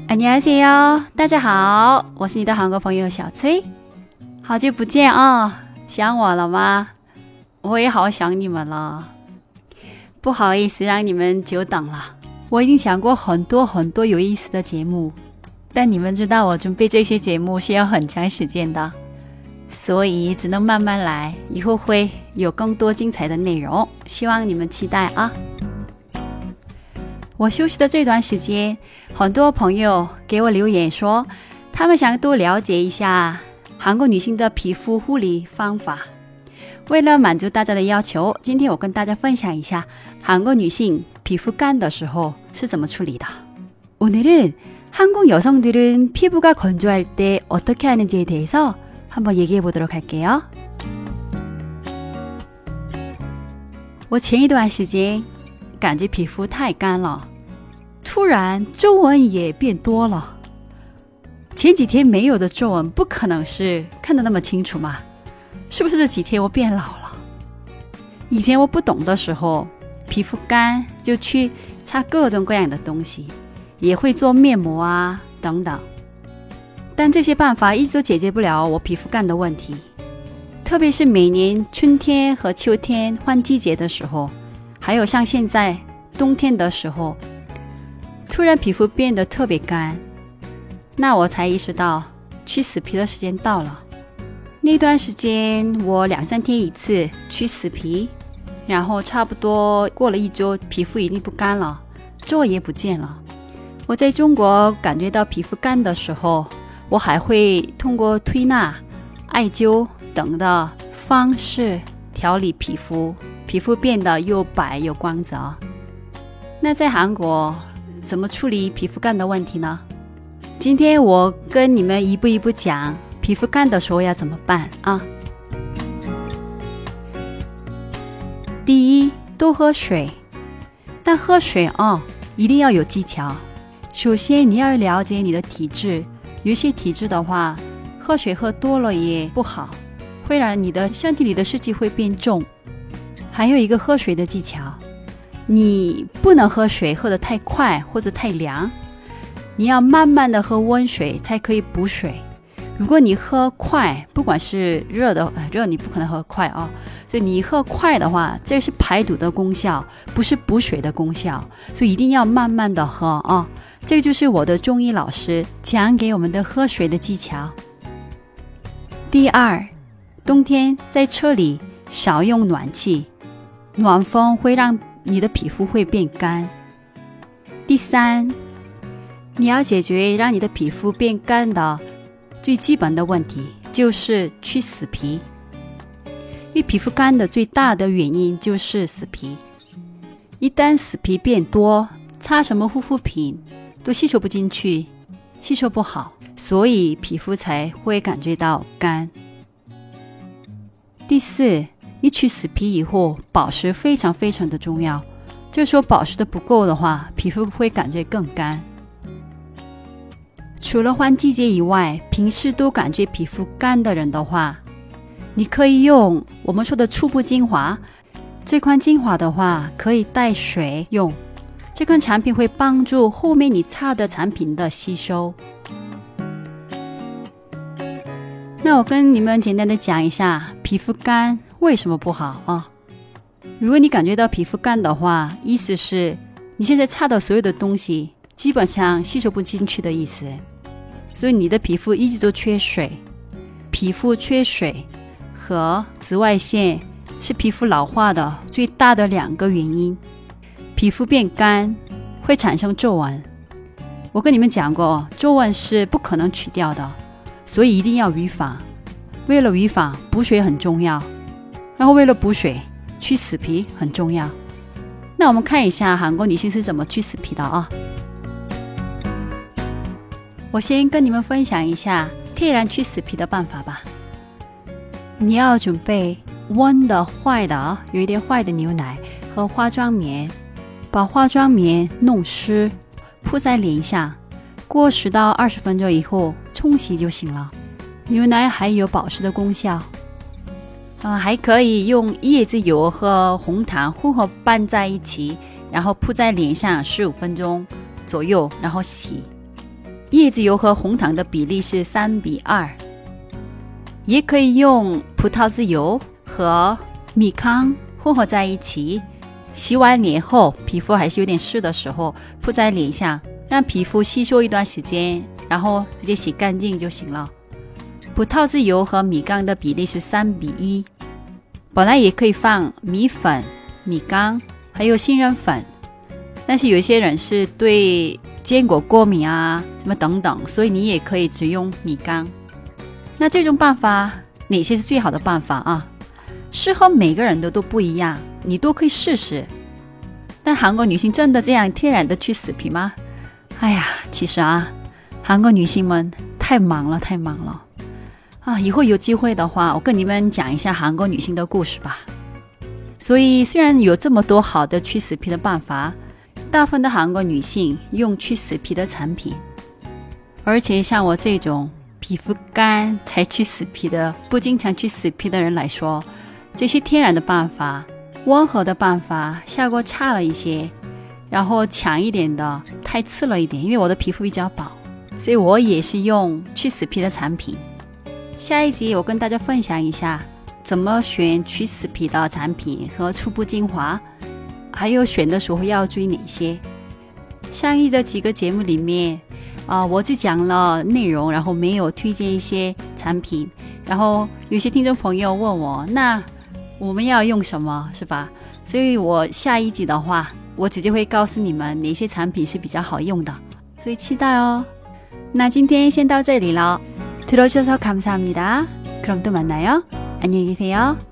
안녕하세요，大家好，我是你的韩国朋友小崔，好久不见啊，想我了吗？我也好想你们了，不好意思让你们久等了。我已经想过很多有意思的节目，但你们知道我准备这些节目需要很长时间的，所以只能慢慢来，以后会有更多精彩的内容，希望你们期待啊。我休息的这段时间，很多朋友给我留言说，他们想多了解一下韩国女性的皮肤护理方法。为了满足大家的要求，今天我跟大家分享一下韩国女性皮肤干的时候是怎么处理的。오늘은 한국 여성들은 피부가 건조할 때 어떻게 하는지에 대해서 한번 얘기해 보도록 할게요. 我前一段时间感觉皮肤太干了，突然皱纹也变多了。前几天没有的皱纹不可能是看得那么清楚嘛，是不是这几天我变老了？以前我不懂的时候，皮肤干就去擦各种各样的东西，也会做面膜啊等等，但这些办法一直都解决不了我皮肤干的问题。特别是每年春天和秋天换季节的时候，还有像现在冬天的时候，突然皮肤变得特别干，那我才意识到去死皮的时间到了。那段时间我2-3天一次去死皮，然后差不多过了1周，皮肤已经不干了，皱纹也不见了。我在中国感觉到皮肤干的时候，我还会通过推拿、艾灸等的方式调理皮肤，皮肤变得又白又光泽。那在韩国怎么处理皮肤干的问题呢？今天我跟你们一步一步讲皮肤干的时候要怎么办啊。第一，多喝水，但喝水一定要有技巧。首先你要了解你的体质，有些体质的话，喝水喝多了也不好，会让你的身体里的湿气会变重。还有一个喝水的技巧，你不能喝水喝得太快或者太凉，你要慢慢的喝温水才可以补水。如果你喝快，不管是热你不可能喝快啊，所以你喝快的话，这是排毒的功效，不是补水的功效，所以一定要慢慢的喝啊。这个就是我的中医老师讲给我们的喝水的技巧。第二，冬天在车里少用暖气，暖风会让你的皮肤会变干。第三，你要解决让你的皮肤变干的最基本的问题，就是去死皮。因为皮肤干的最大的原因就是死皮，一旦死皮变多，擦什么护肤品都吸收不进去，吸收不好，所以皮肤才会感觉到干。第四，你去死皮以后，保湿非常的重要，就是说保湿的不够的话，皮肤会感觉更干。除了换季节以外，平时都感觉皮肤干的人的话，你可以用我们说的初步精华。这款精华的话可以带水用，这款产品会帮助后面你擦的产品的吸收。那我跟你们简单的讲一下皮肤干为什么不好啊。如果你感觉到皮肤干的话，意思是你现在擦的所有的东西基本上吸收不进去的意思，所以你的皮肤一直都缺水。皮肤缺水和紫外线是皮肤老化的最大的2个原因。皮肤变干会产生皱纹，我跟你们讲过，皱纹是不可能取掉的，所以一定要预防。为了预防，补水很重要，然后为了补水，去死皮很重要。那我们看一下韩国女性是怎么去死皮的啊。我先跟你们分享一下天然去死皮的办法吧。你要准备温的坏的有一点坏的牛奶和化妆棉，把化妆棉弄湿，铺在脸上，过10到20分钟以后冲洗就行了。牛奶还有保湿的功效，还可以用椰子油和红糖混合拌在一起，然后铺在脸上15分钟左右，然后洗。 椰子油和红糖的比例是3:2，也可以用葡萄籽油和米糠混合在一起，洗完脸后皮肤还是有点湿的时候铺在脸上，让皮肤吸收一段时间，然后直接洗干净就行了。葡萄籽油和米糠的比例是3:1，本来也可以放米粉、米糠还有杏仁粉，但是有一些人是对坚果过敏啊什么等等，所以你也可以只用米糠。那这种办法哪些是最好的办法啊？适合每个人的都不一样，你都可以试试。但韩国女性真的这样天然的去死皮吗？哎呀，其实啊，韩国女性们太忙了啊！以后有机会的话，我跟你们讲一下韩国女性的故事吧。所以虽然有这么多好的去死皮的办法，大部分的韩国女性用去死皮的产品，而且像我这种皮肤干才去死皮的，不经常去死皮的人来说，这些天然的办法、温和的办法效果差了一些，然后强一点的太刺了一点，因为我的皮肤比较薄，所以我也是用去死皮的产品。下一集我跟大家分享一下怎么选去死皮的产品和初步精华，还有选的时候要注意哪些。上一的几个节目里面我就讲了内容，然后没有推荐一些产品，然后有些听众朋友问我，那我们要用什么是吧？所以我下一集的话，我直接会告诉你们哪些产品是比较好用的，所以期待哦。那今天先到这里了，들어주셔서 감사합니다. 그럼 또 만나요. 안녕히 계세요.